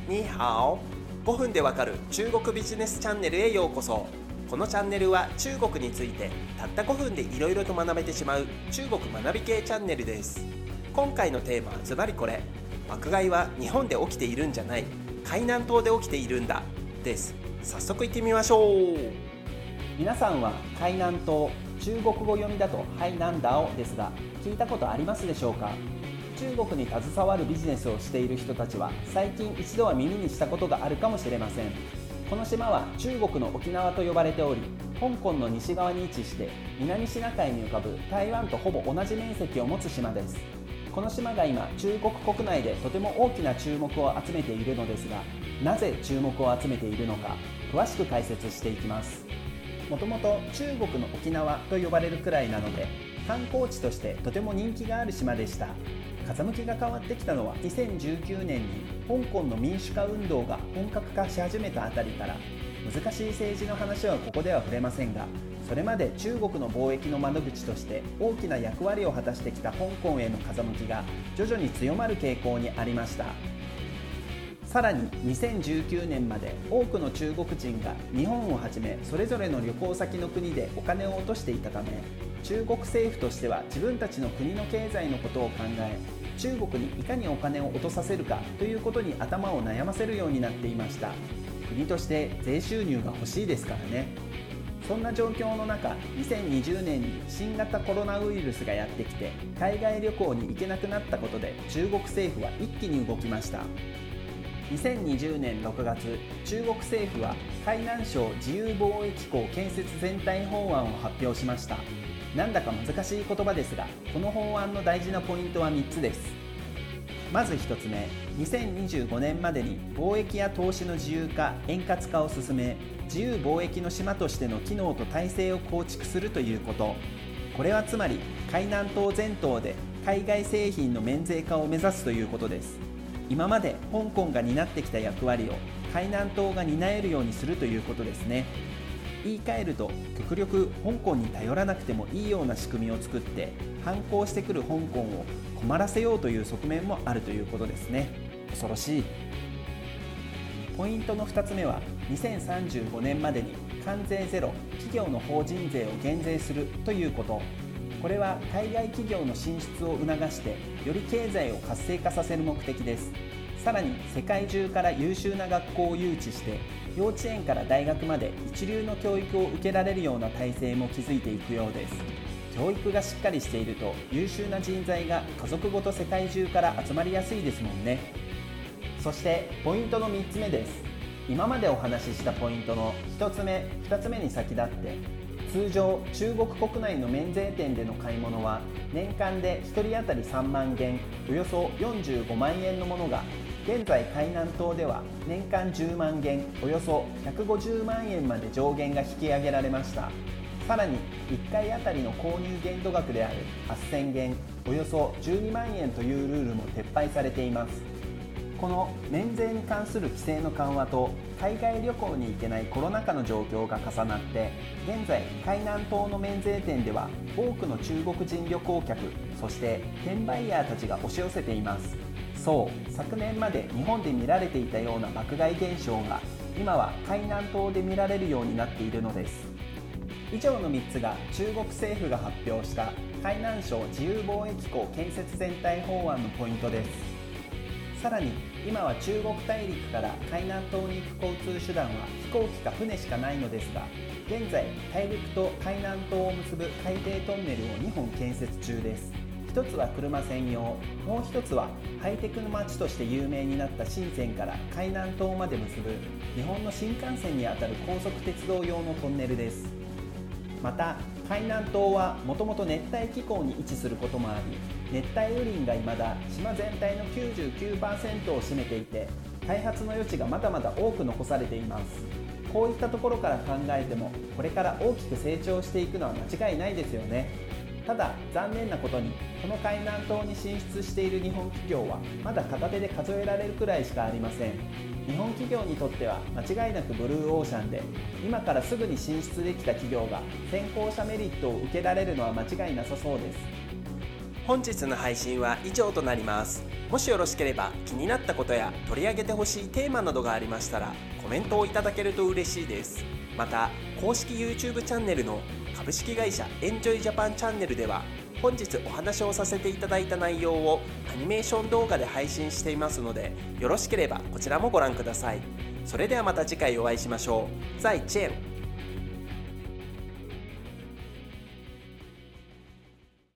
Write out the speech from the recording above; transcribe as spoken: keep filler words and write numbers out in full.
にーはお。ごふんでわかる中国ビジネスチャンネルへようこそ。このチャンネルは中国についてたったごふんでいろいろと学べてしまう中国学び系チャンネルです。今回のテーマはズバリこれ。爆買いは日本で起きているんじゃない、海南島で起きているんだです。早速行ってみましょう。 皆さんは海南島、中国語読みだとハイナンダオですが、聞いたことありますでしょうか？中国に携わるビジネスをしている人たちは最近一度は耳にしたことがあるかもしれません。この島は中国の沖縄と呼ばれており、香港の西側に位置して南シナ海に浮かぶ台湾とほぼ同じ面積を持つ島です。この島が今中国国内でとても大きな注目を集めているのですが、なぜ注目を集めているのか詳しく解説していきます。もともと中国の沖縄と呼ばれるくらいなので、観光地としてとても人気がある島でした。風向きが変わってきたのはにせんじゅうきゅうねんに香港の民主化運動が本格化し始めたあたりから。難しい政治の話はここでは触れませんが、それまで中国の貿易の窓口として大きな役割を果たしてきた香港への風向きが徐々に強まる傾向にありました。さらににせんじゅうきゅうねんまで多くの中国人が日本をはじめそれぞれの旅行先の国でお金を落としていたため、中国政府としては自分たちの国の経済のことを考え、中国にいかにお金を落とさせるかということに頭を悩ませるようになっていました。国として税収入が欲しいですからね。そんな状況の中、にせんにじゅうねんに新型コロナウイルスがやってきて海外旅行に行けなくなったことで、中国政府は一気に動きました。にせんにじゅうねんろくがつ、中国政府は海南省自由貿易港建設全体法案を発表しました。なんだか難しい言葉ですが、この法案の大事なポイントはみっつです。まずひとつめ、にせんにじゅうごねんまでに貿易や投資の自由化・円滑化を進め、自由貿易の島としての機能と体制を構築するということ。これはつまり海南島全島で海外製品の免税化を目指すということです。今まで香港が担ってきた役割を海南島が担えるようにするということですね。言い換えると、極力香港に頼らなくてもいいような仕組みを作って反抗してくる香港を困らせようという側面もあるということですね。恐ろしい。ポイントのふたつめは、にせんさんじゅうごねんまでに関税ゼロ、企業の法人税を減税するということ。これは海外企業の進出を促してより経済を活性化させる目的です。さらに世界中から優秀な学校を誘致して、幼稚園から大学まで一流の教育を受けられるような体制も築いていくようです。教育がしっかりしていると優秀な人材が家族ごと世界中から集まりやすいですもんね。そしてポイントのみっつめです。今までお話ししたポイントのひとつめ、ふたつめに先立って、通常中国国内の免税店での買い物は年間でひとり当たりさんまんげん、およそよんじゅうごまんえんのものが、現在海南島では年間じゅうまんげん、およそひゃくごじゅうまんえんまで上限が引き上げられました。さらにいっかいあたりの購入限度額であるはっせんげん、およそじゅうにまんえんというルールも撤廃されています。この免税に関する規制の緩和と海外旅行に行けないコロナ禍の状況が重なって、現在海南島の免税店では多くの中国人旅行客、そして転売ヤーたちが押し寄せています。そう、昨年まで日本で見られていたような爆買い現象が今は海南島で見られるようになっているのです。以上のみっつが中国政府が発表した海南省自由貿易港建設全体法案のポイントです。さらに今は中国大陸から海南島に行く交通手段は飛行機か船しかないのですが、現在大陸と海南島を結ぶ海底トンネルをにほん建設中です。一つは車専用、もう一つはハイテクの街として有名になった深センから海南島まで結ぶ日本の新幹線にあたる高速鉄道用のトンネルです。また海南島はもともと熱帯気候に位置することもあり、熱帯雨林が未だ島全体の きゅうじゅうきゅうパーセント を占めていて、開発の余地がまだまだ多く残されています。こういったところから考えても、これから大きく成長していくのは間違いないですよね。ただ残念なことに、この海南島に進出している日本企業はまだ片手で数えられるくらいしかありません。日本企業にとっては間違いなくブルーオーシャンで、今からすぐに進出できた企業が先行者メリットを受けられるのは間違いなさそうです。 本日の配信は以上となります。もしよろしければ気になったことや取り上げてほしいテーマなどがありましたらコメントをいただけると嬉しいです。また公式 YouTube チャンネルの株式会社エンジョイジャパンチャンネルでは本日お話をさせていただいた内容をアニメーション動画で配信していますので、よろしければこちらもご覧ください。それではまた次回お会いしましょう。再见。